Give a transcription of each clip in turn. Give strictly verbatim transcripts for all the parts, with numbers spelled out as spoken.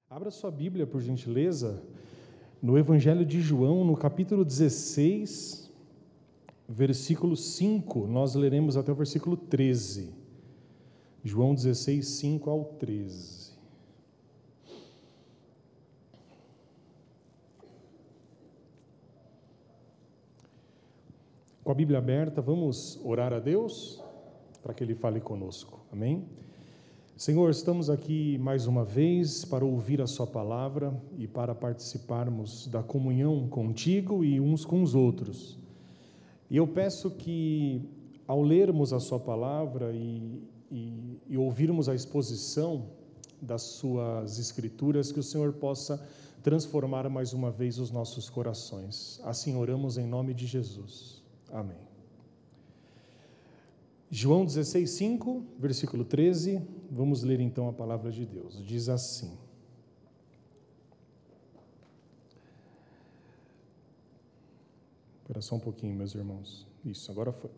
Abra sua Bíblia, por gentileza, no Evangelho de João, no capítulo dezesseis, versículo cinco, nós leremos até o versículo treze. João dezesseis, cinco ao treze. Com a Bíblia aberta, vamos orar a Deus para que Ele fale conosco. Amém? Senhor, estamos aqui mais uma vez para ouvir a Sua palavra e para participarmos da comunhão contigo e uns com os outros. E eu peço que, ao lermos a Sua palavra e, e, e ouvirmos a exposição das Suas Escrituras, que o Senhor possa transformar mais uma vez os nossos corações. Assim oramos em nome de Jesus. Amém. João dezesseis, cinco, versículo treze, vamos ler então a palavra de Deus. Diz assim: Espera só um pouquinho, meus irmãos. Isso, agora foi.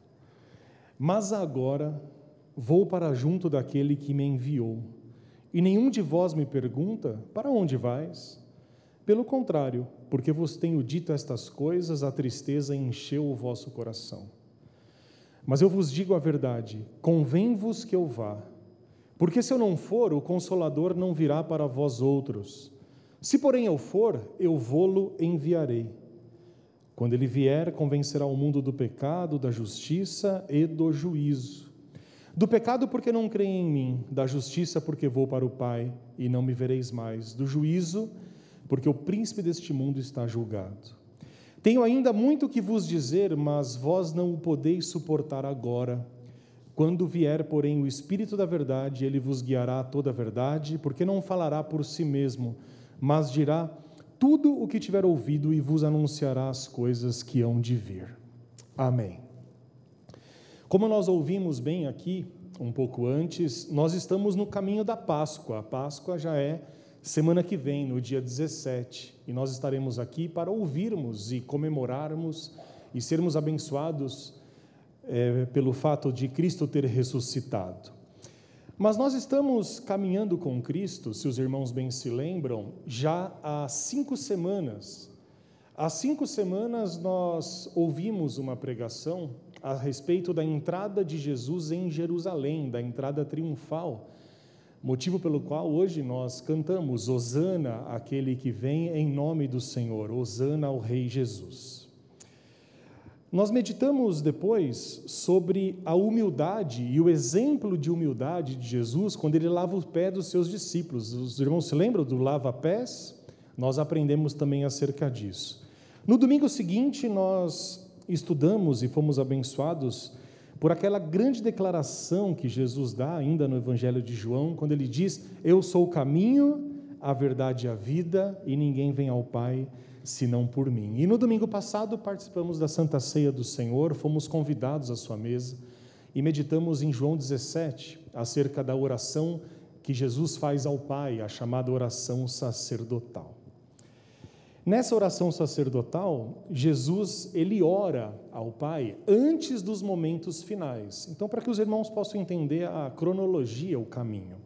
Mas agora vou para junto daquele que me enviou, e nenhum de vós me pergunta: para onde vais? Pelo contrário, porque vos tenho dito estas coisas, a tristeza encheu o vosso coração. Mas eu vos digo a verdade, convém-vos que eu vá, porque se eu não for, o Consolador não virá para vós outros. Se porém eu for, eu vô-lo enviarei. Quando ele vier, convencerá o mundo do pecado, da justiça e do juízo. Do pecado, porque não creem em mim; da justiça, porque vou para o Pai e não me vereis mais; do juízo, porque o príncipe deste mundo está julgado. Tenho ainda muito que vos dizer, mas vós não o podeis suportar agora. Quando vier, porém, o Espírito da verdade, ele vos guiará a toda a verdade, porque não falará por si mesmo, mas dirá tudo o que tiver ouvido e vos anunciará as coisas que hão de vir. Amém. Como nós ouvimos bem aqui, um pouco antes, nós estamos no caminho da Páscoa. A Páscoa já é semana que vem, no dia dezessete, e nós estaremos aqui para ouvirmos e comemorarmos e sermos abençoados é, pelo fato de Cristo ter ressuscitado. Mas nós estamos caminhando com Cristo, se os irmãos bem se lembram, já há cinco semanas. Há cinco semanas nós ouvimos uma pregação a respeito da entrada de Jesus em Jerusalém, da entrada triunfal, motivo pelo qual hoje nós cantamos Hosana, aquele que vem em nome do Senhor, Hosana ao Rei Jesus. Nós meditamos depois sobre a humildade e o exemplo de humildade de Jesus quando ele lava o pé dos seus discípulos. Os irmãos se lembram do lava-pés? Nós aprendemos também acerca disso. No domingo seguinte nós estudamos e fomos abençoados por aquela grande declaração que Jesus dá ainda no Evangelho de João, quando ele diz: eu sou o caminho, a verdade e a vida, e ninguém vem ao Pai senão por mim. E no domingo passado participamos da Santa Ceia do Senhor, fomos convidados à sua mesa e meditamos em João dezessete, acerca da oração que Jesus faz ao Pai, a chamada oração sacerdotal. Nessa oração sacerdotal, Jesus, ele ora ao Pai antes dos momentos finais. Então, para que os irmãos possam entender a cronologia, o caminho.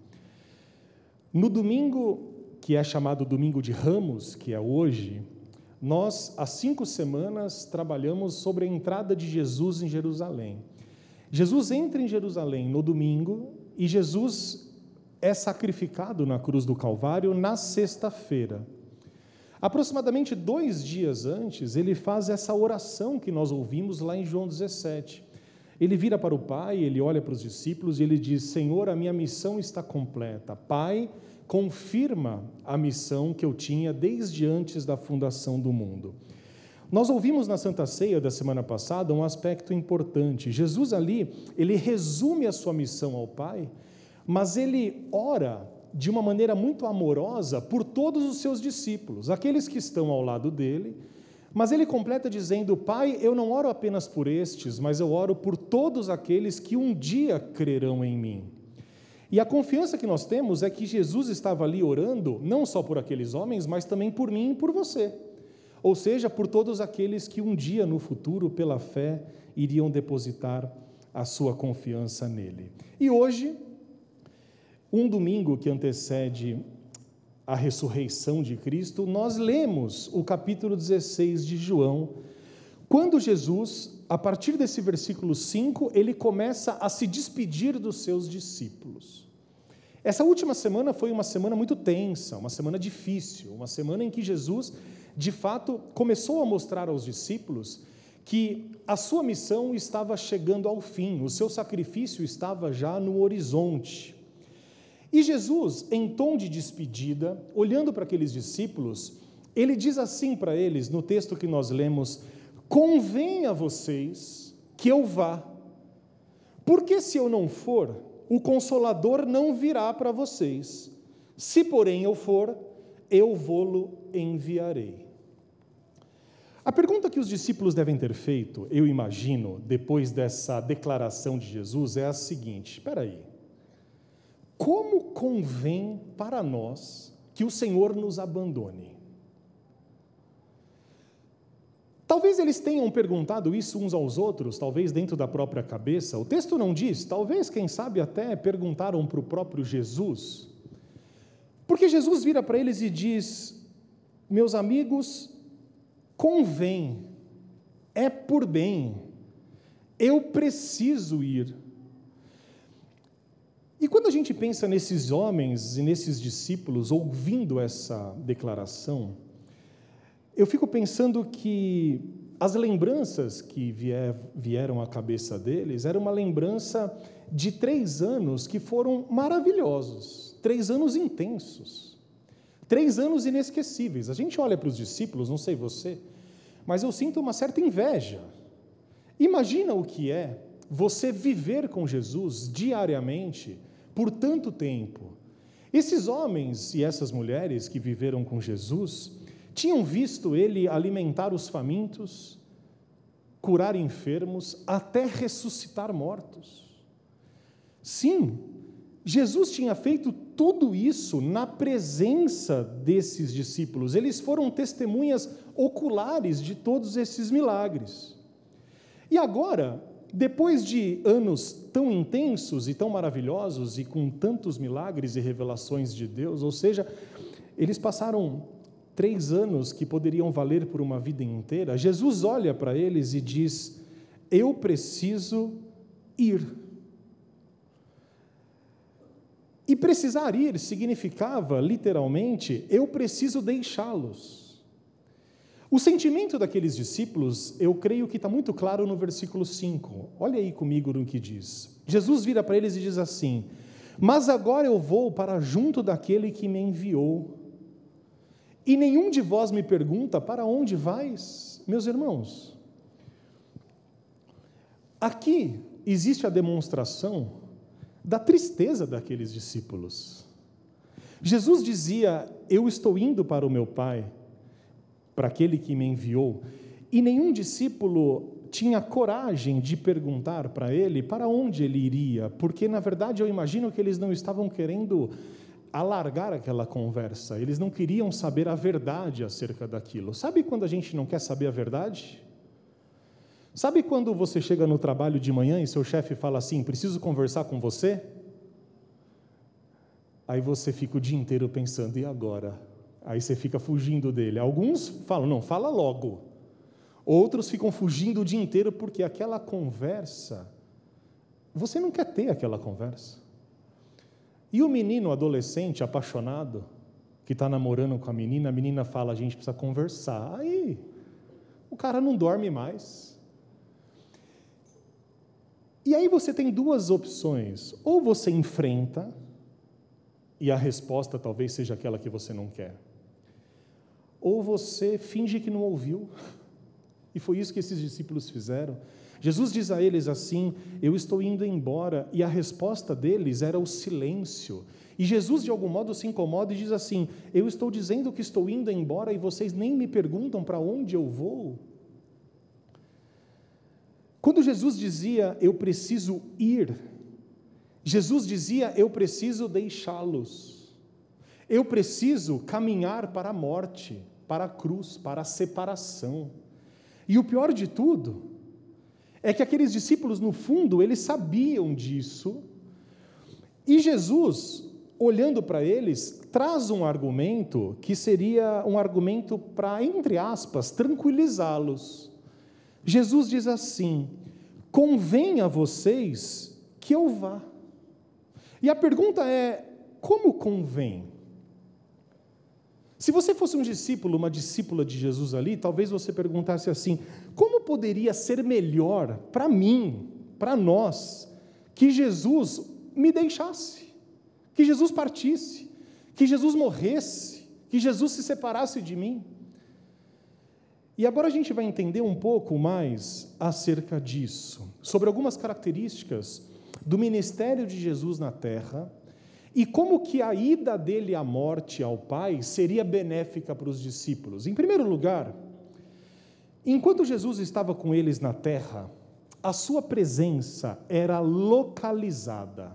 No domingo, que é chamado Domingo de Ramos, que é hoje, nós, há cinco semanas, trabalhamos sobre a entrada de Jesus em Jerusalém. Jesus entra em Jerusalém no domingo e Jesus é sacrificado na cruz do Calvário na sexta-feira. Aproximadamente dois dias antes, ele faz essa oração que nós ouvimos lá em João dezessete. Ele vira para o Pai, ele olha para os discípulos e ele diz: Senhor, a minha missão está completa. Pai, confirma a missão que eu tinha desde antes da fundação do mundo. Nós ouvimos na Santa Ceia da semana passada um aspecto importante. Jesus ali, ele resume a sua missão ao Pai, mas ele ora de uma maneira muito amorosa por todos os seus discípulos, aqueles que estão ao lado dele, mas ele completa dizendo: Pai, eu não oro apenas por estes, mas eu oro por todos aqueles que um dia crerão em mim. E a confiança que nós temos é que Jesus estava ali orando, não só por aqueles homens, mas também por mim e por você, ou seja, por todos aqueles que um dia no futuro, pela fé, iriam depositar a sua confiança nele. E hoje, um domingo que antecede a ressurreição de Cristo, nós lemos o capítulo dezesseis de João, quando Jesus, a partir desse versículo cinco, ele começa a se despedir dos seus discípulos. Essa última semana foi uma semana muito tensa, uma semana difícil, uma semana em que Jesus, de fato, começou a mostrar aos discípulos que a sua missão estava chegando ao fim, o seu sacrifício estava já no horizonte. E Jesus, em tom de despedida, olhando para aqueles discípulos, ele diz assim para eles, no texto que nós lemos: convém a vocês que eu vá, porque se eu não for, o Consolador não virá para vocês. Se, porém, eu for, eu vô-lo enviarei. A pergunta que os discípulos devem ter feito, eu imagino, depois dessa declaração de Jesus, é a seguinte: espera aí, como convém para nós que o Senhor nos abandone? Talvez eles tenham perguntado isso uns aos outros, talvez dentro da própria cabeça. O texto não diz, talvez, quem sabe, até perguntaram para o próprio Jesus. Porque Jesus vira para eles e diz: meus amigos, convém, é por bem, eu preciso ir. E quando a gente pensa nesses homens e nesses discípulos ouvindo essa declaração, eu fico pensando que as lembranças que vier, vieram à cabeça deles era uma lembrança de três anos que foram maravilhosos, três anos intensos, três anos inesquecíveis. A gente olha para os discípulos, não sei você, mas eu sinto uma certa inveja. Imagina o que é você viver com Jesus diariamente por tanto tempo. Esses homens e essas mulheres que viveram com Jesus tinham visto ele alimentar os famintos, curar enfermos, até ressuscitar mortos. Sim, Jesus tinha feito tudo isso na presença desses discípulos. Eles foram testemunhas oculares de todos esses milagres. E agora, depois de anos tão intensos e tão maravilhosos e com tantos milagres e revelações de Deus, ou seja, eles passaram três anos que poderiam valer por uma vida inteira, Jesus olha para eles e diz: eu preciso ir. E precisar ir significava, literalmente, eu preciso deixá-los. O sentimento daqueles discípulos, eu creio que está muito claro no versículo cinco. Olha aí comigo no que diz. Jesus vira para eles e diz assim: mas agora eu vou para junto daquele que me enviou. E nenhum de vós me pergunta, para onde vais? Meus irmãos, aqui existe a demonstração da tristeza daqueles discípulos. Jesus dizia: eu estou indo para o meu Pai, para aquele que me enviou, e nenhum discípulo tinha coragem de perguntar para ele para onde ele iria, porque, na verdade, eu imagino que eles não estavam querendo alargar aquela conversa, eles não queriam saber a verdade acerca daquilo. Sabe quando a gente não quer saber a verdade? Sabe quando você chega no trabalho de manhã e seu chefe fala assim: preciso conversar com você? Aí você fica o dia inteiro pensando: e agora? Aí você fica fugindo dele. Alguns falam: não, fala logo. Outros ficam fugindo o dia inteiro porque aquela conversa, você não quer ter aquela conversa. E o menino adolescente apaixonado, que está namorando com a menina, a menina fala: a gente precisa conversar. Aí o cara não dorme mais. E aí você tem duas opções: ou você enfrenta, e a resposta talvez seja aquela que você não quer, ou você finge que não ouviu. E foi isso que esses discípulos fizeram. Jesus diz a eles assim: eu estou indo embora, e a resposta deles era o silêncio. E Jesus, de algum modo, se incomoda e diz assim: eu estou dizendo que estou indo embora e vocês nem me perguntam para onde eu vou. Quando Jesus dizia: eu preciso ir, Jesus dizia: eu preciso deixá-los, eu preciso caminhar para a morte, para a cruz, para a separação. E o pior de tudo é que aqueles discípulos, no fundo, eles sabiam disso, e Jesus olhando para eles, traz um argumento que seria um argumento para, entre aspas, tranquilizá-los. Jesus diz assim: convém a vocês que eu vá. E a pergunta é: como convém? Se você fosse um discípulo, uma discípula de Jesus ali, talvez você perguntasse assim: como poderia ser melhor para mim, para nós, que Jesus me deixasse, que Jesus partisse, que Jesus morresse, que Jesus se separasse de mim? E agora a gente vai entender um pouco mais acerca disso, sobre algumas características do ministério de Jesus na terra e como que a ida dele à morte ao Pai seria benéfica para os discípulos. Em primeiro lugar, enquanto Jesus estava com eles na terra, a sua presença era localizada.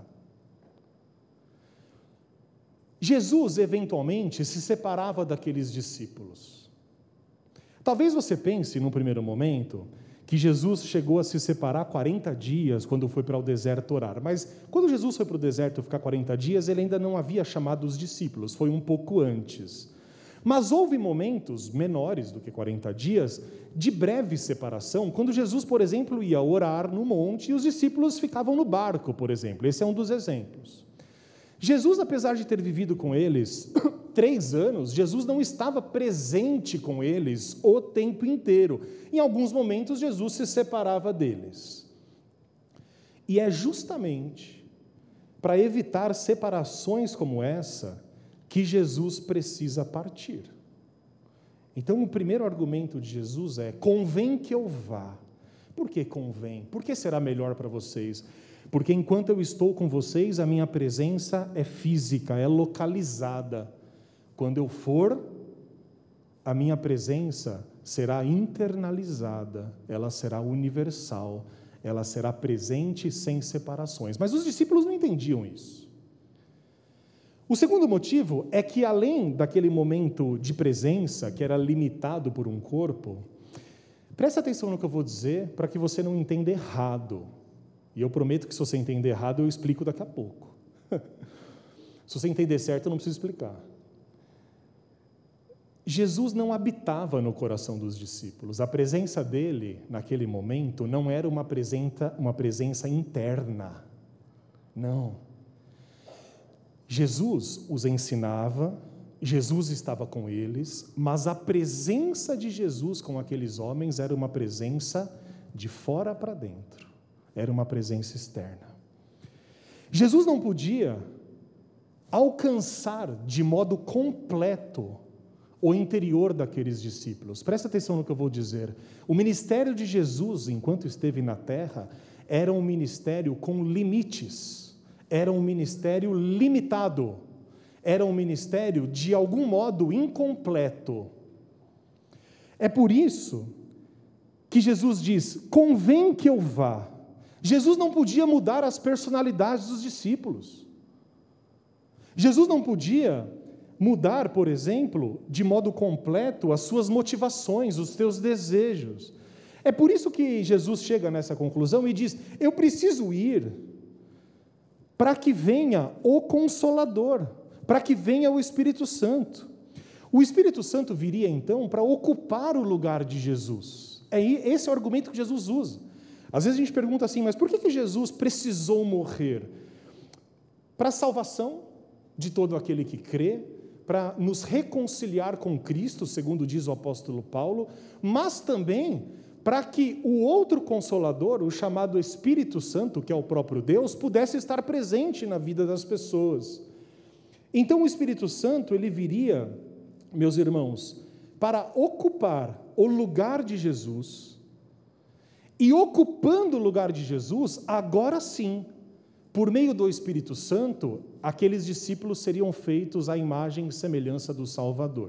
Jesus, eventualmente, se separava daqueles discípulos. Talvez você pense, num primeiro momento, que Jesus chegou a se separar quarenta dias quando foi para o deserto orar. Mas quando Jesus foi para o deserto ficar quarenta dias, ele ainda não havia chamado os discípulos, foi um pouco antes. Mas houve momentos menores do que quarenta dias, de breve separação, quando Jesus, por exemplo, ia orar no monte e os discípulos ficavam no barco, por exemplo. Esse é um dos exemplos. Jesus, apesar de ter vivido com eles três anos, Jesus não estava presente com eles o tempo inteiro. Em alguns momentos, Jesus se separava deles. E é justamente para evitar separações como essa que Jesus precisa partir. Então, o primeiro argumento de Jesus é: convém que eu vá. Por que convém? Por que será melhor para vocês? Porque enquanto eu estou com vocês, a minha presença é física, é localizada. Quando eu for, a minha presença será internalizada, ela será universal, ela será presente sem separações. Mas os discípulos não entendiam isso. O segundo motivo é que, além daquele momento de presença, que era limitado por um corpo, preste atenção no que eu vou dizer, para que você não entenda errado. E eu prometo que, se você entender errado, eu explico daqui a pouco. Se você entender certo, eu não preciso explicar. Jesus não habitava no coração dos discípulos. A presença dele, naquele momento, não era uma presença, uma presença interna. Não. Jesus os ensinava, Jesus estava com eles, mas a presença de Jesus com aqueles homens era uma presença de fora para dentro. Era uma presença externa. Jesus não podia alcançar de modo completo o interior daqueles discípulos. Presta atenção no que eu vou dizer. O ministério de Jesus, enquanto esteve na terra, era um ministério com limites. Era um ministério limitado. Era um ministério, de algum modo, incompleto. É por isso que Jesus diz: convém que eu vá. Jesus não podia mudar as personalidades dos discípulos. Jesus não podia mudar, por exemplo, de modo completo as suas motivações, os seus desejos. É por isso que Jesus chega nessa conclusão e diz: eu preciso ir para que venha o Consolador, para que venha o Espírito Santo. O Espírito Santo viria então para ocupar o lugar de Jesus. É esse é o argumento que Jesus usa. Às vezes a gente pergunta assim: mas por que que Jesus precisou morrer? Para a salvação de todo aquele que crê, para nos reconciliar com Cristo, segundo diz o apóstolo Paulo, mas também para que o outro Consolador, o chamado Espírito Santo, que é o próprio Deus, pudesse estar presente na vida das pessoas. Então o Espírito Santo, ele viria, meus irmãos, para ocupar o lugar de Jesus, e ocupando o lugar de Jesus, agora sim, por meio do Espírito Santo, aqueles discípulos seriam feitos à imagem e semelhança do Salvador.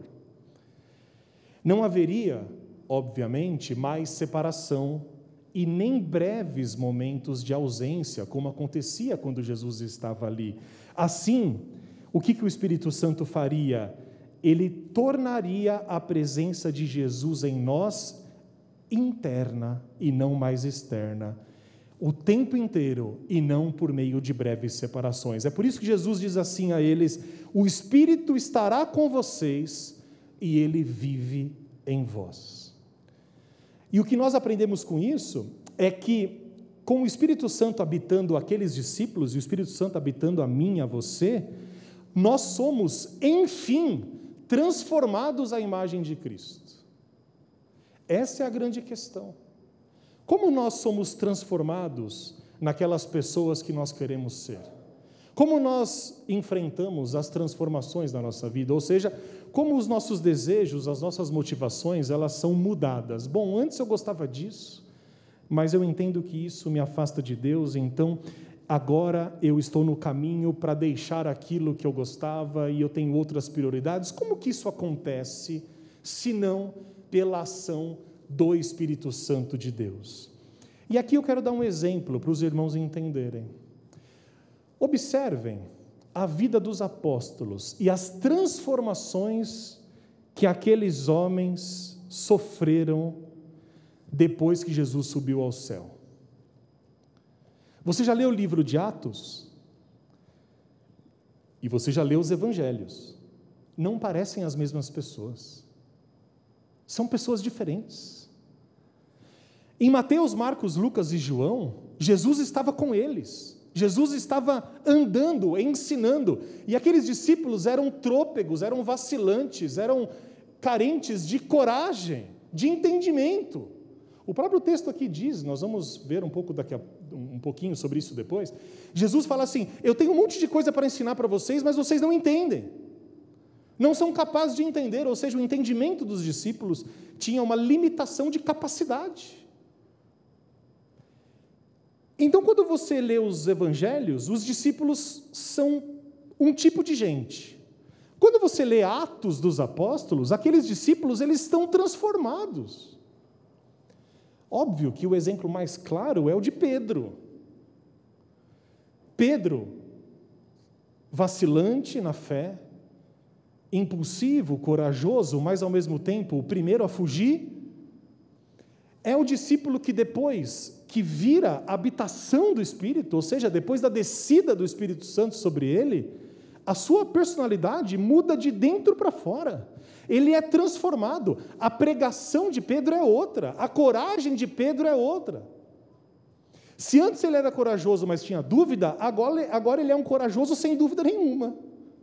Não haveria, obviamente, mais separação e nem breves momentos de ausência, como acontecia quando Jesus estava ali. Assim, o que que o Espírito Santo faria? Ele tornaria a presença de Jesus em nós interna e não mais externa. o tempo inteiro e não por meio de breves separações. É por isso que Jesus diz assim a eles: o Espírito estará com vocês e ele vive em vós. E o que nós aprendemos com isso é que, com o Espírito Santo habitando aqueles discípulos e o Espírito Santo habitando a mim e a você, nós somos, enfim, transformados à imagem de Cristo. Essa é a grande questão. Como nós somos transformados naquelas pessoas que nós queremos ser? Como nós enfrentamos as transformações da nossa vida? Ou seja, como os nossos desejos, as nossas motivações, elas são mudadas. Bom, antes eu gostava disso, mas eu entendo que isso me afasta de Deus, então agora eu estou no caminho para deixar aquilo que eu gostava e eu tenho outras prioridades. Como que isso acontece, se não pela ação do Espírito Santo de Deus? E aqui eu quero dar um exemplo para os irmãos entenderem. Observem a vida dos apóstolos e as transformações que aqueles homens sofreram depois que Jesus subiu ao céu. Você já leu o livro de Atos? E você já leu os evangelhos? Não parecem as mesmas pessoas. São pessoas diferentes. Em Mateus, Marcos, Lucas e João, Jesus estava com eles. Jesus estava andando, ensinando. E aqueles discípulos eram trôpegos, eram vacilantes, eram carentes de coragem, de entendimento. O próprio texto aqui diz, nós vamos ver um pouco daqui a, um pouquinho sobre isso depois. Jesus fala assim: eu tenho um monte de coisa para ensinar para vocês, mas vocês não entendem. Não são capazes de entender, ou seja, o entendimento dos discípulos tinha uma limitação de capacidade. Então, quando você lê os evangelhos, os discípulos são um tipo de gente. Quando você lê Atos dos Apóstolos, aqueles discípulos, eles estão transformados. Óbvio que o exemplo mais claro é o de Pedro. Pedro, vacilante na fé, impulsivo, corajoso, mas ao mesmo tempo o primeiro a fugir, é o discípulo que depois que vira a habitação do Espírito, ou seja, depois da descida do Espírito Santo sobre ele, a sua personalidade muda de dentro para fora. Ele é transformado. A pregação de Pedro é outra, a coragem de Pedro é outra. Se antes ele era corajoso, mas tinha dúvida, agora, agora ele é um corajoso sem dúvida nenhuma.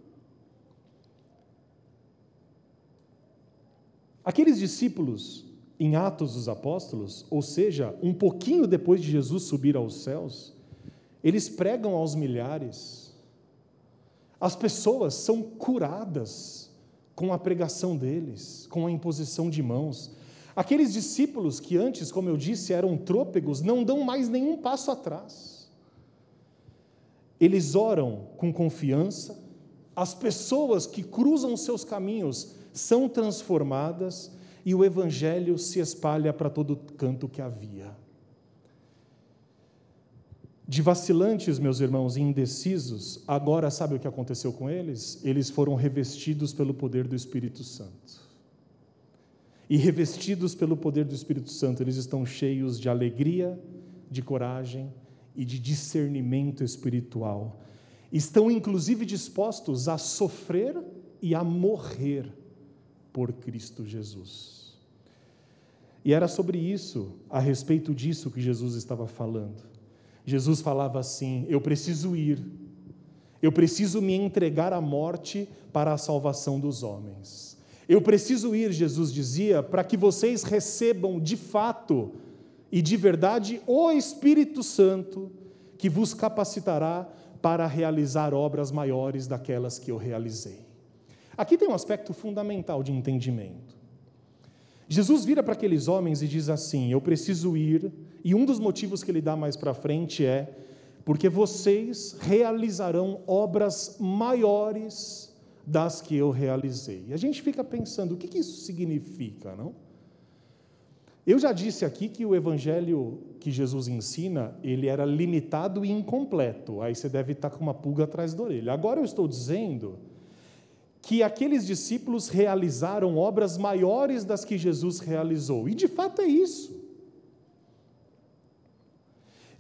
Aqueles discípulos em Atos dos Apóstolos, ou seja, um pouquinho depois de Jesus subir aos céus, eles pregam aos milhares. As pessoas são curadas com a pregação deles, com a imposição de mãos. Aqueles discípulos que antes, como eu disse, eram trôpegos, não dão mais nenhum passo atrás. Eles oram com confiança, as pessoas que cruzam os seus caminhos são transformadas e o evangelho se espalha para todo canto que havia. De vacilantes, meus irmãos, e indecisos, agora sabe o que aconteceu com eles? Eles foram revestidos pelo poder do Espírito Santo. E revestidos pelo poder do Espírito Santo, eles estão cheios de alegria, de coragem e de discernimento espiritual. Estão, inclusive, dispostos a sofrer e a morrer por Cristo Jesus. E era sobre isso, a respeito disso que Jesus estava falando. Jesus falava assim: eu preciso ir, eu preciso me entregar à morte para a salvação dos homens. Eu preciso ir, Jesus dizia, para que vocês recebam de fato e de verdade o Espírito Santo, que vos capacitará para realizar obras maiores daquelas que eu realizei. Aqui tem um aspecto fundamental de entendimento. Jesus vira para aqueles homens e diz assim: eu preciso ir, e um dos motivos que ele dá mais para frente é porque vocês realizarão obras maiores das que eu realizei. E a gente fica pensando, o que isso significa, não? Eu já disse aqui que o evangelho que Jesus ensina, ele era limitado e incompleto. Aí você deve estar com uma pulga atrás da orelha. Agora eu estou dizendo que aqueles discípulos realizaram obras maiores das que Jesus realizou. E de fato é isso.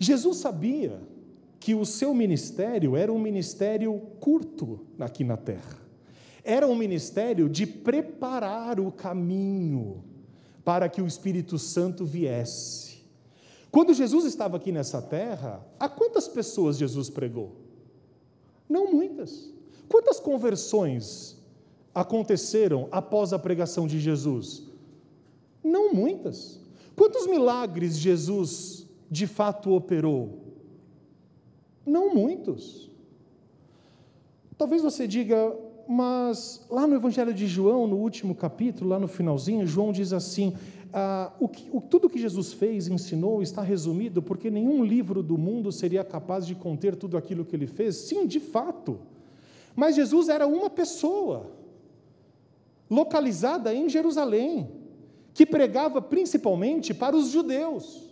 Jesus sabia que o seu ministério era um ministério curto aqui na terra. Era um ministério de preparar o caminho para que o Espírito Santo viesse. Quando Jesus estava aqui nessa terra, a quantas pessoas Jesus pregou? Não muitas. Quantas conversões aconteceram após a pregação de Jesus? Não muitas. Quantos milagres Jesus de fato operou? Não muitos. Talvez você diga, mas lá no Evangelho de João, no último capítulo, lá no finalzinho, João diz assim, ah, o que, o, tudo que Jesus fez, ensinou, está resumido, porque nenhum livro do mundo seria capaz de conter tudo aquilo que ele fez. Sim, de fato. Mas Jesus era uma pessoa, localizada em Jerusalém, que pregava principalmente para os judeus.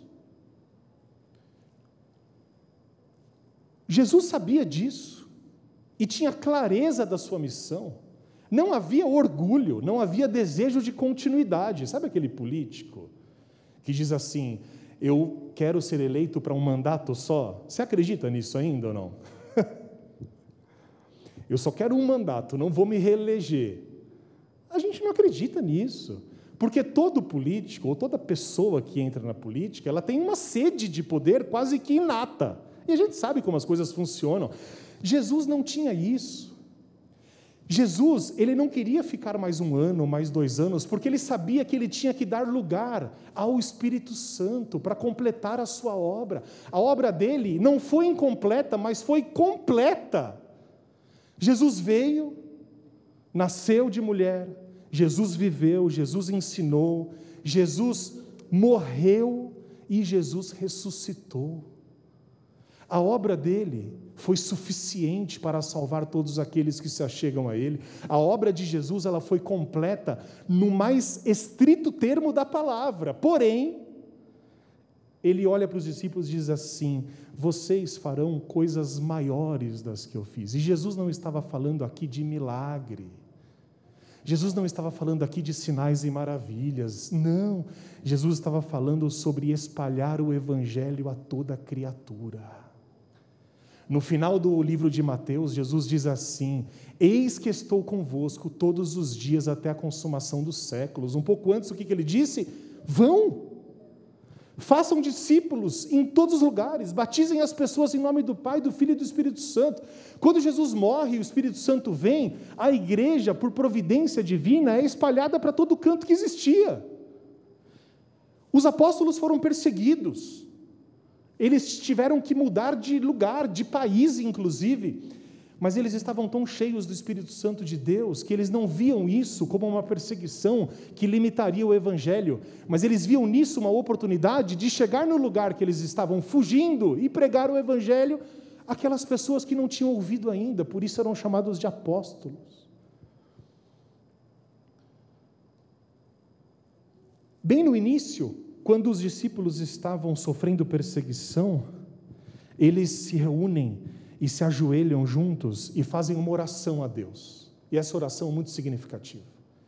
Jesus sabia disso e tinha clareza da sua missão. Não havia orgulho, não havia desejo de continuidade. Sabe aquele político que diz assim, eu quero ser eleito para um mandato só? Você acredita nisso ainda ou não? Eu só quero um mandato, não vou me reeleger. A gente não acredita nisso, porque todo político, ou toda pessoa que entra na política, ela tem uma sede de poder quase que inata. E a gente sabe como as coisas funcionam. Jesus não tinha isso. Jesus, ele não queria ficar mais um ano, mais dois anos, porque ele sabia que ele tinha que dar lugar ao Espírito Santo para completar a sua obra. A obra dele não foi incompleta, mas foi completa. Jesus veio, nasceu de mulher, Jesus viveu, Jesus ensinou, Jesus morreu e Jesus ressuscitou. A obra dele foi suficiente para salvar todos aqueles que se achegam a ele. A obra de Jesus, ela foi completa no mais estrito termo da palavra. Porém, ele olha para os discípulos e diz assim, vocês farão coisas maiores das que eu fiz. E Jesus não estava falando aqui de milagre. Jesus não estava falando aqui de sinais e maravilhas. Não. Jesus estava falando sobre espalhar o evangelho a toda criatura. No final do livro de Mateus, Jesus diz assim, eis que estou convosco todos os dias até a consumação dos séculos. Um pouco antes, o que ele disse? Vão, façam discípulos em todos os lugares, batizem as pessoas em nome do Pai, do Filho e do Espírito Santo. Quando Jesus morre e o Espírito Santo vem, a igreja, por providência divina, é espalhada para todo canto que existia. Os apóstolos foram perseguidos. Eles tiveram que mudar de lugar, de país, inclusive, mas eles estavam tão cheios do Espírito Santo de Deus, que eles não viam isso como uma perseguição que limitaria o Evangelho, mas eles viam nisso uma oportunidade de chegar no lugar que eles estavam fugindo e pregar o Evangelho àquelas pessoas que não tinham ouvido ainda, por isso eram chamados de apóstolos. Bem no início, quando os discípulos estavam sofrendo perseguição, eles se reúnem e se ajoelham juntos e fazem uma oração a Deus. E essa oração é muito significativa.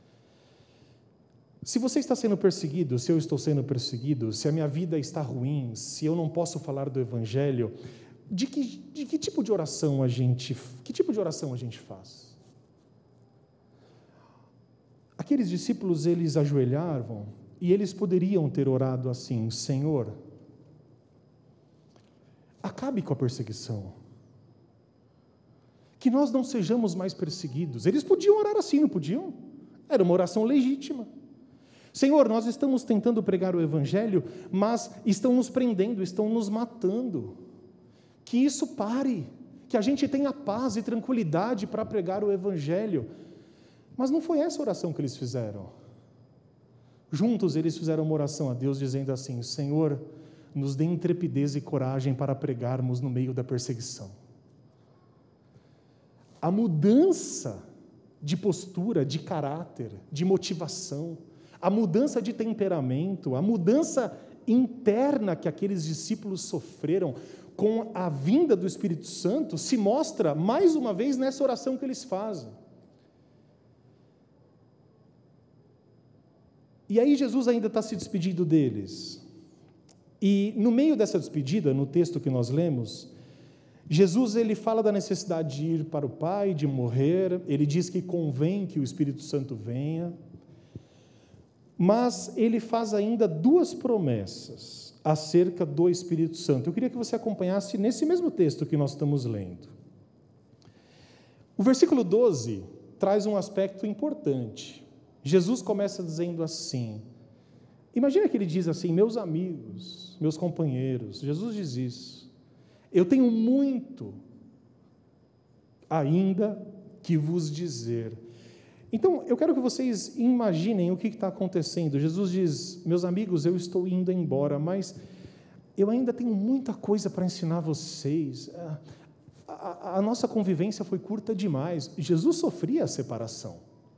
Se você está sendo perseguido, se eu estou sendo perseguido, se a minha vida está ruim, se eu não posso falar do Evangelho, de que, de que tipo de oração a gente, que tipo de oração a gente faz? Aqueles discípulos, eles ajoelhavam, e eles poderiam ter orado assim, Senhor, acabe com a perseguição, que nós não sejamos mais perseguidos. Eles podiam orar assim, não podiam? Era uma oração legítima. Senhor, nós estamos tentando pregar o Evangelho, mas estão nos prendendo, estão nos matando. Que isso pare, que a gente tenha paz e tranquilidade para pregar o Evangelho. Mas não foi essa a oração que eles fizeram. Juntos eles fizeram uma oração a Deus dizendo assim, Senhor, nos dê intrepidez e coragem para pregarmos no meio da perseguição. A mudança de postura, de caráter, de motivação, a mudança de temperamento, a mudança interna que aqueles discípulos sofreram com a vinda do Espírito Santo se mostra mais uma vez nessa oração que eles fazem. E aí Jesus ainda está se despedindo deles. E no meio dessa despedida, no texto que nós lemos, Jesus ele fala da necessidade de ir para o Pai, de morrer, ele diz que convém que o Espírito Santo venha, mas ele faz ainda duas promessas acerca do Espírito Santo. Eu queria que você acompanhasse nesse mesmo texto que nós estamos lendo. O versículo doze traz um aspecto importante. Jesus começa dizendo assim, imagina que ele diz assim, meus amigos, meus companheiros, Jesus diz isso, eu tenho muito ainda que vos dizer. Então, eu quero que vocês imaginem o que está acontecendo. Jesus diz, meus amigos, eu estou indo embora, mas eu ainda tenho muita coisa para ensinar vocês. A, a, a nossa convivência foi curta demais. Jesus sofria a separação.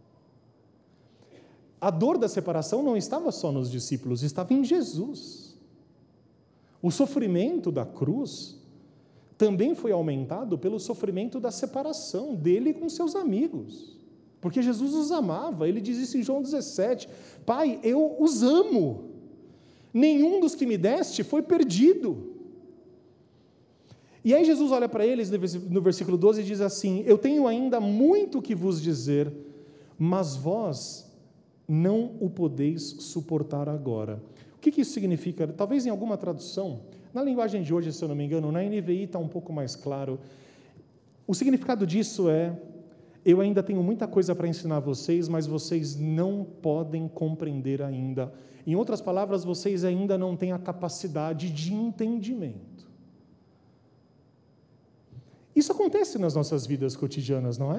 A dor da separação não estava só nos discípulos, estava em Jesus. O sofrimento da cruz também foi aumentado pelo sofrimento da separação dele com seus amigos. Porque Jesus os amava, ele diz isso em João dezessete, Pai, eu os amo, nenhum dos que me deste foi perdido. E aí Jesus olha para eles no versículo doze e diz assim, eu tenho ainda muito que vos dizer, mas vós não o podeis suportar agora. O que, que isso significa? Talvez em alguma tradução, na linguagem de hoje, se eu não me engano, na N V I está um pouco mais claro, o significado disso é, eu ainda tenho muita coisa para ensinar vocês, mas vocês não podem compreender ainda. Em outras palavras, vocês ainda não têm a capacidade de entendimento. Isso acontece nas nossas vidas cotidianas, não é?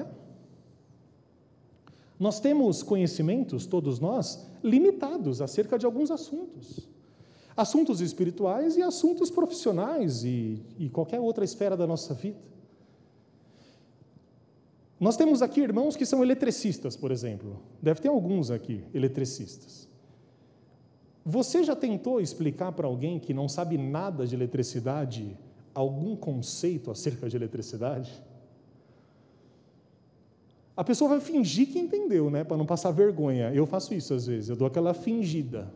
Nós temos conhecimentos, todos nós, limitados acerca de alguns assuntos. Assuntos espirituais e assuntos profissionais e, e qualquer outra esfera da nossa vida. Nós temos aqui irmãos que são eletricistas, por exemplo. Deve ter alguns aqui, eletricistas. Você já tentou explicar para alguém que não sabe nada de eletricidade algum conceito acerca de eletricidade? A pessoa vai fingir que entendeu, né? Para não passar vergonha. Eu faço isso às vezes, eu dou aquela fingida.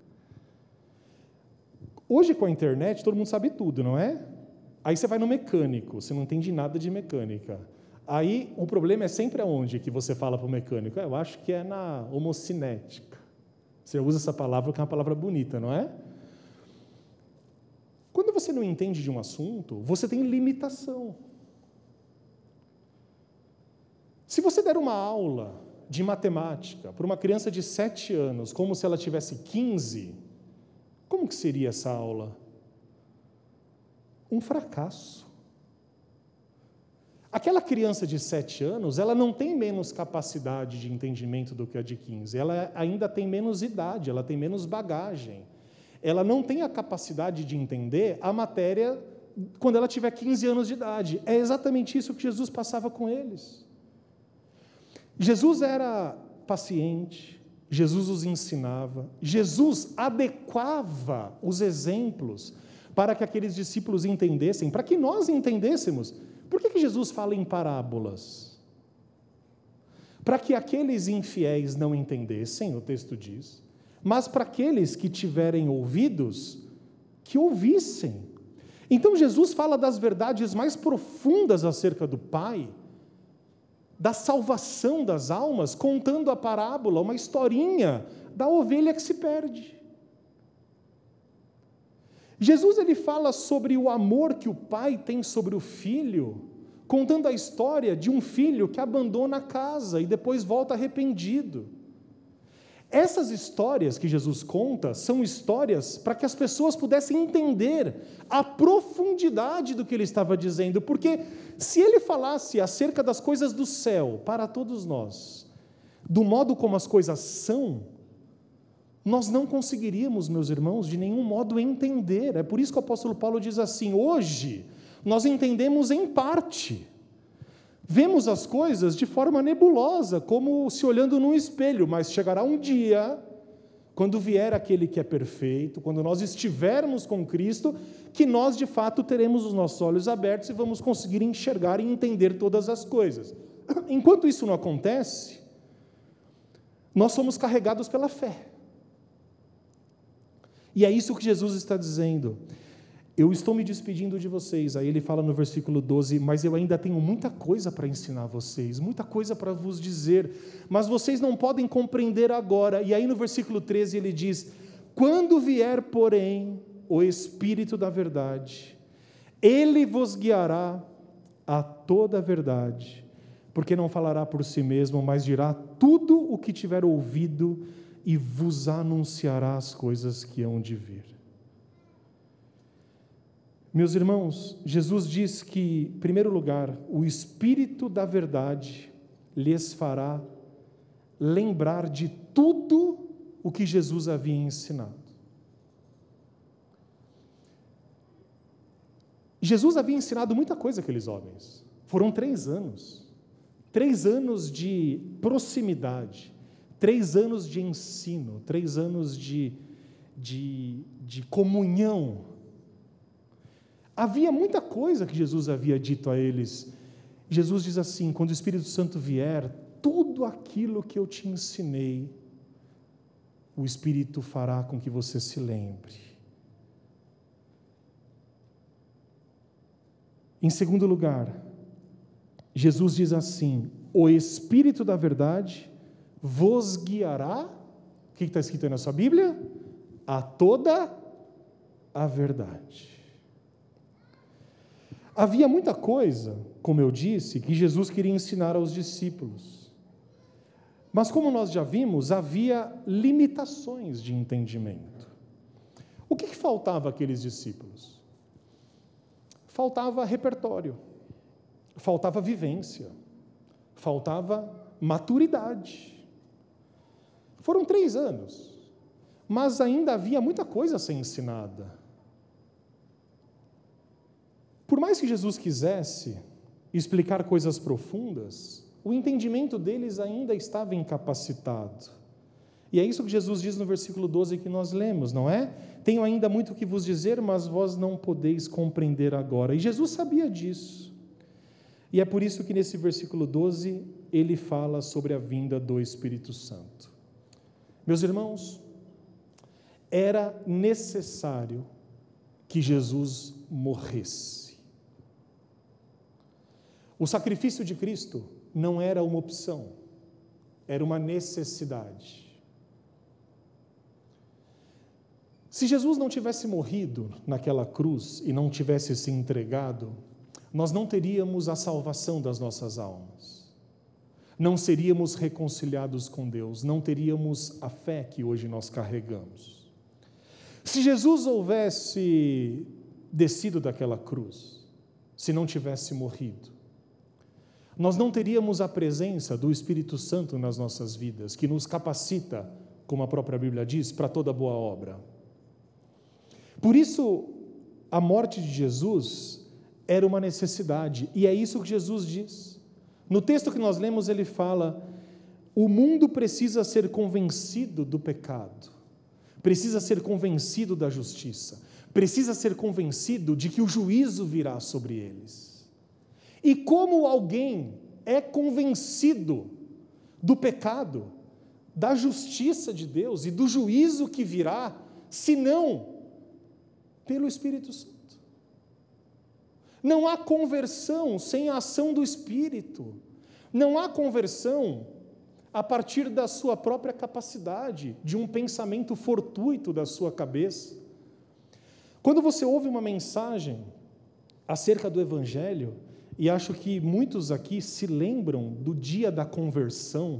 Hoje com a internet todo mundo sabe tudo, não é? Aí você vai no mecânico, você não entende nada de mecânica. Aí, o problema é sempre aonde que você fala para o mecânico? Eu acho que é na homocinética. Você usa essa palavra que é uma palavra bonita, não é? Quando você não entende de um assunto, você tem limitação. Se você der uma aula de matemática para uma criança de sete anos, como se ela tivesse quinze, como que seria essa aula? Um fracasso. Aquela criança de sete anos, ela não tem menos capacidade de entendimento do que a de quinze, ela ainda tem menos idade, ela tem menos bagagem. Ela não tem a capacidade de entender a matéria quando ela tiver quinze anos de idade. É exatamente isso que Jesus passava com eles. Jesus era paciente, Jesus os ensinava, Jesus adequava os exemplos para que aqueles discípulos entendessem, para que nós entendêssemos. Por que que Jesus fala em parábolas? Para que aqueles infiéis não entendessem, o texto diz, mas para aqueles que tiverem ouvidos, que ouvissem. Então Jesus fala das verdades mais profundas acerca do Pai, da salvação das almas, contando a parábola, uma historinha da ovelha que se perde. Jesus ele fala sobre o amor que o pai tem sobre o filho, contando a história de um filho que abandona a casa e depois volta arrependido. Essas histórias que Jesus conta são histórias para que as pessoas pudessem entender a profundidade do que ele estava dizendo, porque se ele falasse acerca das coisas do céu para todos nós, do modo como as coisas são, nós não conseguiríamos, meus irmãos, de nenhum modo entender. É por isso que o apóstolo Paulo diz assim, hoje nós entendemos em parte. Vemos as coisas de forma nebulosa, como se olhando num espelho, mas chegará um dia, quando vier aquele que é perfeito, quando nós estivermos com Cristo, que nós de fato teremos os nossos olhos abertos e vamos conseguir enxergar e entender todas as coisas. Enquanto isso não acontece, nós somos carregados pela fé. E é isso que Jesus está dizendo. Eu estou me despedindo de vocês. Aí ele fala no versículo doze, mas eu ainda tenho muita coisa para ensinar vocês, muita coisa para vos dizer, mas vocês não podem compreender agora. E aí no versículo treze ele diz, quando vier, porém, o Espírito da verdade, ele vos guiará a toda a verdade, porque não falará por si mesmo, mas dirá tudo o que tiver ouvido e vos anunciará as coisas que hão de vir. Meus irmãos, Jesus diz que, em primeiro lugar, o Espírito da verdade lhes fará lembrar de tudo o que Jesus havia ensinado. Jesus havia ensinado muita coisa àqueles homens. Foram três anos. Três anos de proximidade. Três anos de ensino. Três anos de, de, de comunhão. Havia muita coisa que Jesus havia dito a eles. Jesus diz assim, quando o Espírito Santo vier, tudo aquilo que eu te ensinei, o Espírito fará com que você se lembre. Em segundo lugar, Jesus diz assim, o Espírito da verdade vos guiará, o que está escrito aí na sua Bíblia? A toda a verdade. Havia muita coisa, como eu disse, que Jesus queria ensinar aos discípulos. Mas como nós já vimos, havia limitações de entendimento. O que, que faltava àqueles discípulos? Faltava repertório, faltava vivência, faltava maturidade. Foram três anos, mas ainda havia muita coisa a ser ensinada. Por mais que Jesus quisesse explicar coisas profundas, o entendimento deles ainda estava incapacitado. E é isso que Jesus diz no versículo doze que nós lemos, não é? Tenho ainda muito o que vos dizer, mas vós não podeis compreender agora. E Jesus sabia disso. E é por isso que nesse versículo doze, ele fala sobre a vinda do Espírito Santo. Meus irmãos, era necessário que Jesus morresse. O sacrifício de Cristo não era uma opção, era uma necessidade. Se Jesus não tivesse morrido naquela cruz e não tivesse se entregado, nós não teríamos a salvação das nossas almas, não seríamos reconciliados com Deus, não teríamos a fé que hoje nós carregamos. Se Jesus houvesse descido daquela cruz, se não tivesse morrido, nós não teríamos a presença do Espírito Santo nas nossas vidas, que nos capacita, como a própria Bíblia diz, para toda boa obra. Por isso, a morte de Jesus era uma necessidade, e é isso que Jesus diz. No texto que nós lemos, ele fala, o mundo precisa ser convencido do pecado, precisa ser convencido da justiça, precisa ser convencido de que o juízo virá sobre eles. E como alguém é convencido do pecado, da justiça de Deus e do juízo que virá, senão pelo Espírito Santo? Não há conversão sem a ação do Espírito. Não há conversão a partir da sua própria capacidade, de um pensamento fortuito da sua cabeça. Quando você ouve uma mensagem acerca do Evangelho, e acho que muitos aqui se lembram do dia da conversão.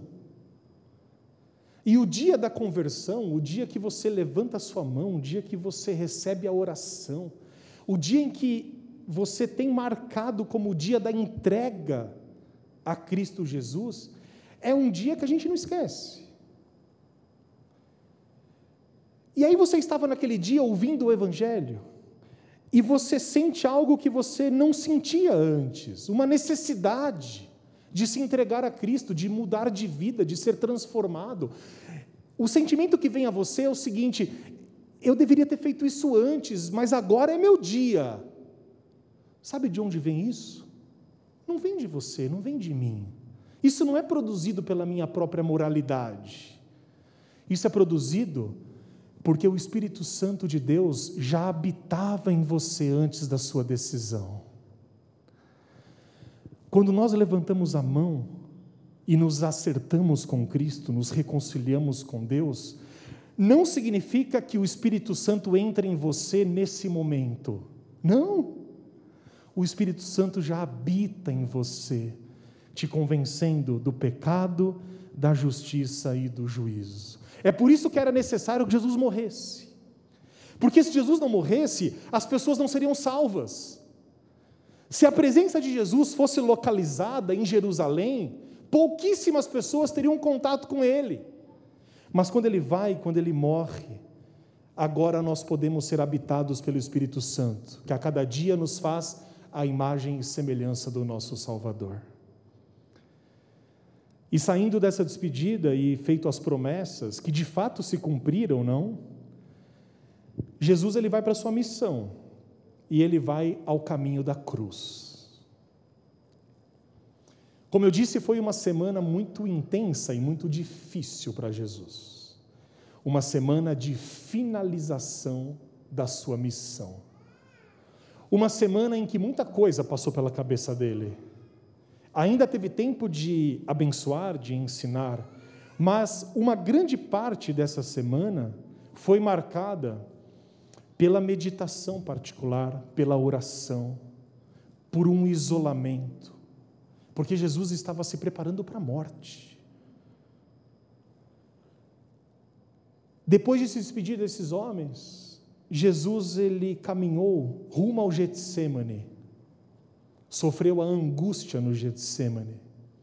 E o dia da conversão, o dia que você levanta a sua mão, o dia que você recebe a oração, o dia em que você tem marcado como o dia da entrega a Cristo Jesus, é um dia que a gente não esquece. E aí você estava naquele dia ouvindo o Evangelho, e você sente algo que você não sentia antes, uma necessidade de se entregar a Cristo, de mudar de vida, de ser transformado. O sentimento que vem a você é o seguinte: eu deveria ter feito isso antes, mas agora é meu dia. Sabe de onde vem isso? Não vem de você, não vem de mim. Isso não é produzido pela minha própria moralidade. Isso é produzido Porque o Espírito Santo de Deus já habitava em você antes da sua decisão. Quando nós levantamos a mão e nos acertamos com Cristo, nos reconciliamos com Deus, não significa que o Espírito Santo entre em você nesse momento. Não. O Espírito Santo já habita em você, te convencendo do pecado, da justiça e do juízo. É por isso que era necessário que Jesus morresse. Porque se Jesus não morresse, as pessoas não seriam salvas. Se a presença de Jesus fosse localizada em Jerusalém, pouquíssimas pessoas teriam contato com Ele. Mas quando Ele vai, quando Ele morre, agora nós podemos ser habitados pelo Espírito Santo, que a cada dia nos faz a imagem e semelhança do nosso Salvador. E saindo dessa despedida e feito as promessas, que de fato se cumpriram, não? Jesus ele vai para a sua missão, e ele vai ao caminho da cruz. Como eu disse, foi uma semana muito intensa e muito difícil para Jesus. Uma semana de finalização da sua missão. Uma semana em que muita coisa passou pela cabeça dele. Ainda teve tempo de abençoar, de ensinar, mas uma grande parte dessa semana foi marcada pela meditação particular, pela oração, por um isolamento, porque Jesus estava se preparando para a morte. Depois de se despedir desses homens, Jesus ele caminhou rumo ao Getsêmani, sofreu a angústia no Getsêmani.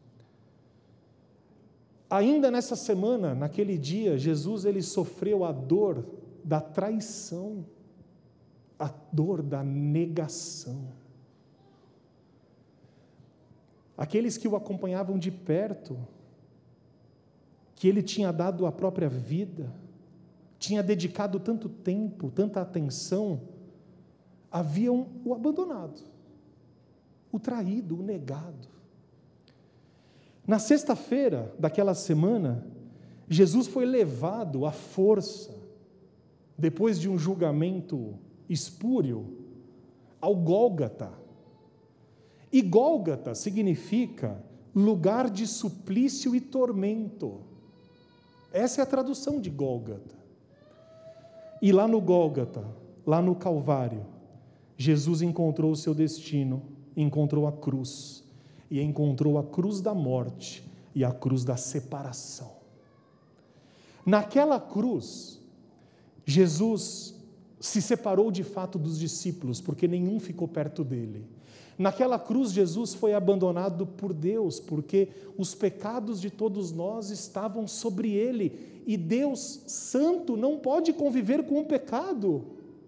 Ainda nessa semana, naquele dia, Jesus ele sofreu a dor da traição, a dor da negação. Aqueles que o acompanhavam de perto, que ele tinha dado a própria vida, tinha dedicado tanto tempo, tanta atenção, haviam o abandonado, o traído, o negado. Na sexta-feira daquela semana, Jesus foi levado à força, depois de um julgamento espúrio, ao Gólgota. E Gólgota significa lugar de suplício e tormento. Essa é a tradução de Gólgota. E lá no Gólgota, lá no Calvário, Jesus encontrou o seu destino, encontrou a cruz, e encontrou a cruz da morte e a cruz da separação. Naquela cruz, Jesus se separou de fato dos discípulos, porque nenhum ficou perto dele. Naquela cruz, Jesus foi abandonado por Deus, porque os pecados de todos nós estavam sobre ele, e Deus santo não pode conviver com o pecado.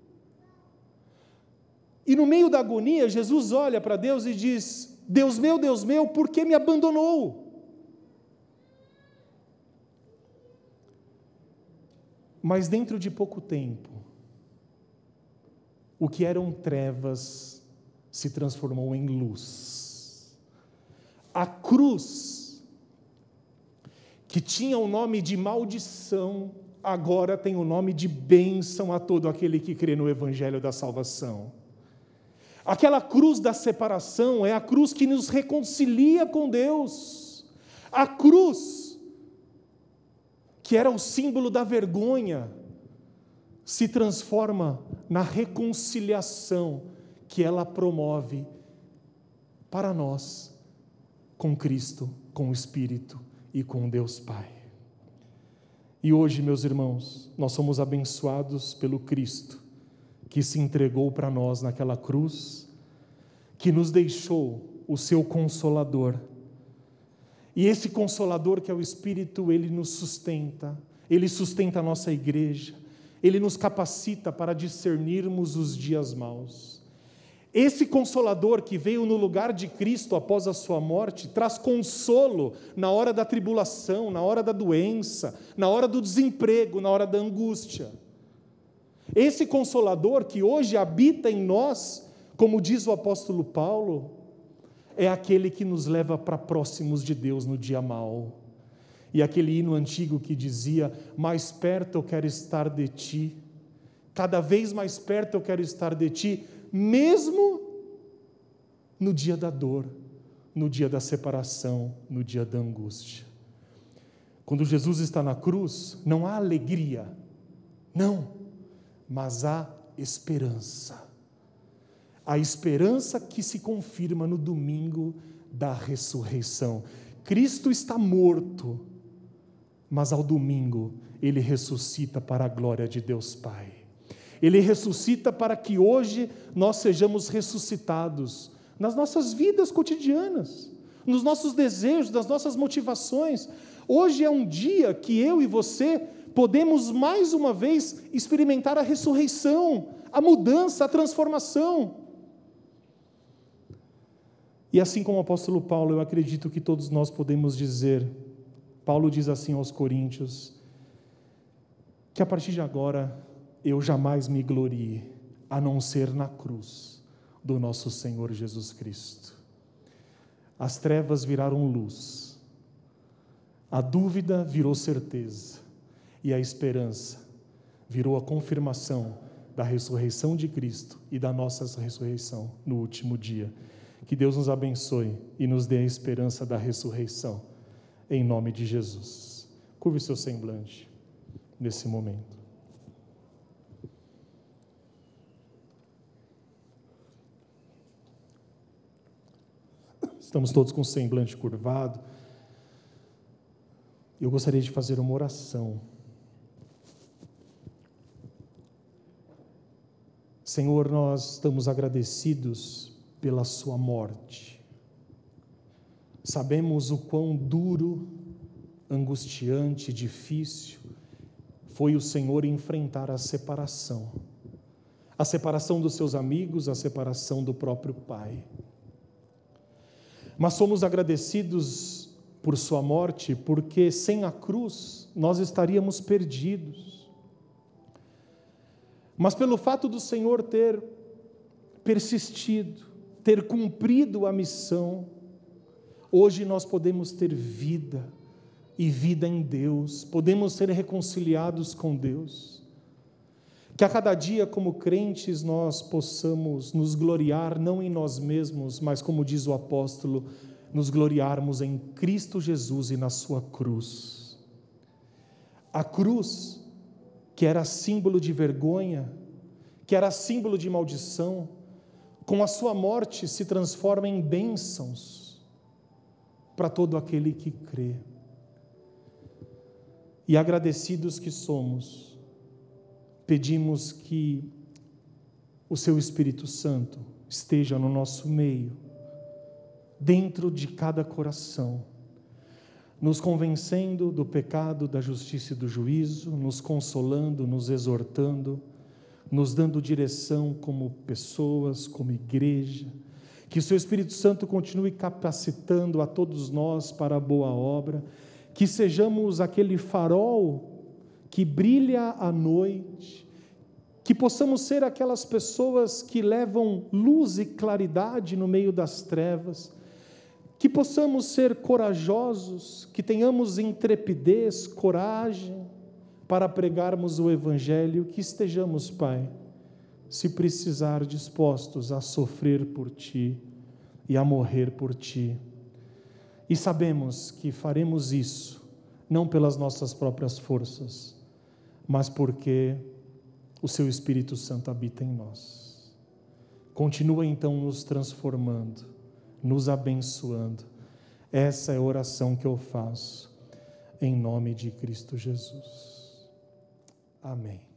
E no meio da agonia, Jesus olha para Deus e diz: Deus meu, Deus meu, por que me abandonou? Mas dentro de pouco tempo, o que eram trevas se transformou em luz. A cruz, que tinha o nome de maldição, agora tem o nome de bênção a todo aquele que crê no Evangelho da salvação. Aquela cruz da separação é a cruz que nos reconcilia com Deus. A cruz, que era o símbolo da vergonha, se transforma na reconciliação que ela promove para nós, com Cristo, com o Espírito e com Deus Pai. E hoje, meus irmãos, nós somos abençoados pelo Cristo, que se entregou para nós naquela cruz, que nos deixou o seu Consolador. E esse Consolador, que é o Espírito, ele nos sustenta, ele sustenta a nossa igreja, ele nos capacita para discernirmos os dias maus. Esse Consolador que veio no lugar de Cristo após a sua morte, traz consolo na hora da tribulação, na hora da doença, na hora do desemprego, na hora da angústia. Esse Consolador que hoje habita em nós, como diz o apóstolo Paulo, é aquele que nos leva para próximos de Deus no dia mau. E aquele hino antigo que dizia: mais perto eu quero estar de ti, cada vez mais perto eu quero estar de ti, mesmo no dia da dor, no dia da separação, no dia da angústia. Quando Jesus está na cruz, não há alegria, não, mas há esperança. A esperança que se confirma no domingo da ressurreição. Cristo está morto, mas ao domingo ele ressuscita para a glória de Deus Pai. Ele ressuscita para que hoje nós sejamos ressuscitados nas nossas vidas cotidianas, nos nossos desejos, nas nossas motivações. Hoje é um dia que eu e você podemos mais uma vez experimentar a ressurreição, a mudança, a transformação. E assim como o apóstolo Paulo, eu acredito que todos nós podemos dizer, Paulo diz assim aos Coríntios, que a partir de agora eu jamais me glorie, a não ser na cruz do nosso Senhor Jesus Cristo. As trevas viraram luz, a dúvida virou certeza, e a esperança virou a confirmação da ressurreição de Cristo e da nossa ressurreição no último dia. Que Deus nos abençoe e nos dê a esperança da ressurreição, em nome de Jesus. Curve seu semblante nesse momento. Estamos todos com o semblante curvado. Eu gostaria de fazer uma oração. Senhor, nós estamos agradecidos pela sua morte. Sabemos o quão duro, angustiante, difícil foi o Senhor enfrentar a separação. A separação dos seus amigos, a separação do próprio Pai. Mas somos agradecidos por sua morte, porque sem a cruz nós estaríamos perdidos. Mas pelo fato do Senhor ter persistido, ter cumprido a missão, hoje nós podemos ter vida, e vida em Deus, podemos ser reconciliados com Deus. Que a cada dia, como crentes, nós possamos nos gloriar, não em nós mesmos, mas como diz o apóstolo, nos gloriarmos em Cristo Jesus e na sua cruz. A cruz, que era símbolo de vergonha, que era símbolo de maldição, com a sua morte se transforma em bênçãos para todo aquele que crê. E agradecidos que somos, pedimos que o seu Espírito Santo esteja no nosso meio, dentro de cada coração, nos convencendo do pecado, da justiça e do juízo, nos consolando, nos exortando, nos dando direção como pessoas, como igreja. Que o seu Espírito Santo continue capacitando a todos nós para a boa obra, que sejamos aquele farol que brilha à noite, que possamos ser aquelas pessoas que levam luz e claridade no meio das trevas, que possamos ser corajosos, que tenhamos intrepidez, coragem para pregarmos o Evangelho, que estejamos, Pai, se precisar, dispostos a sofrer por Ti e a morrer por Ti. E sabemos que faremos isso, não pelas nossas próprias forças, mas porque o Seu Espírito Santo habita em nós. Continua então nos transformando, nos abençoando. Essa é a oração que eu faço, em nome de Cristo Jesus. Amém.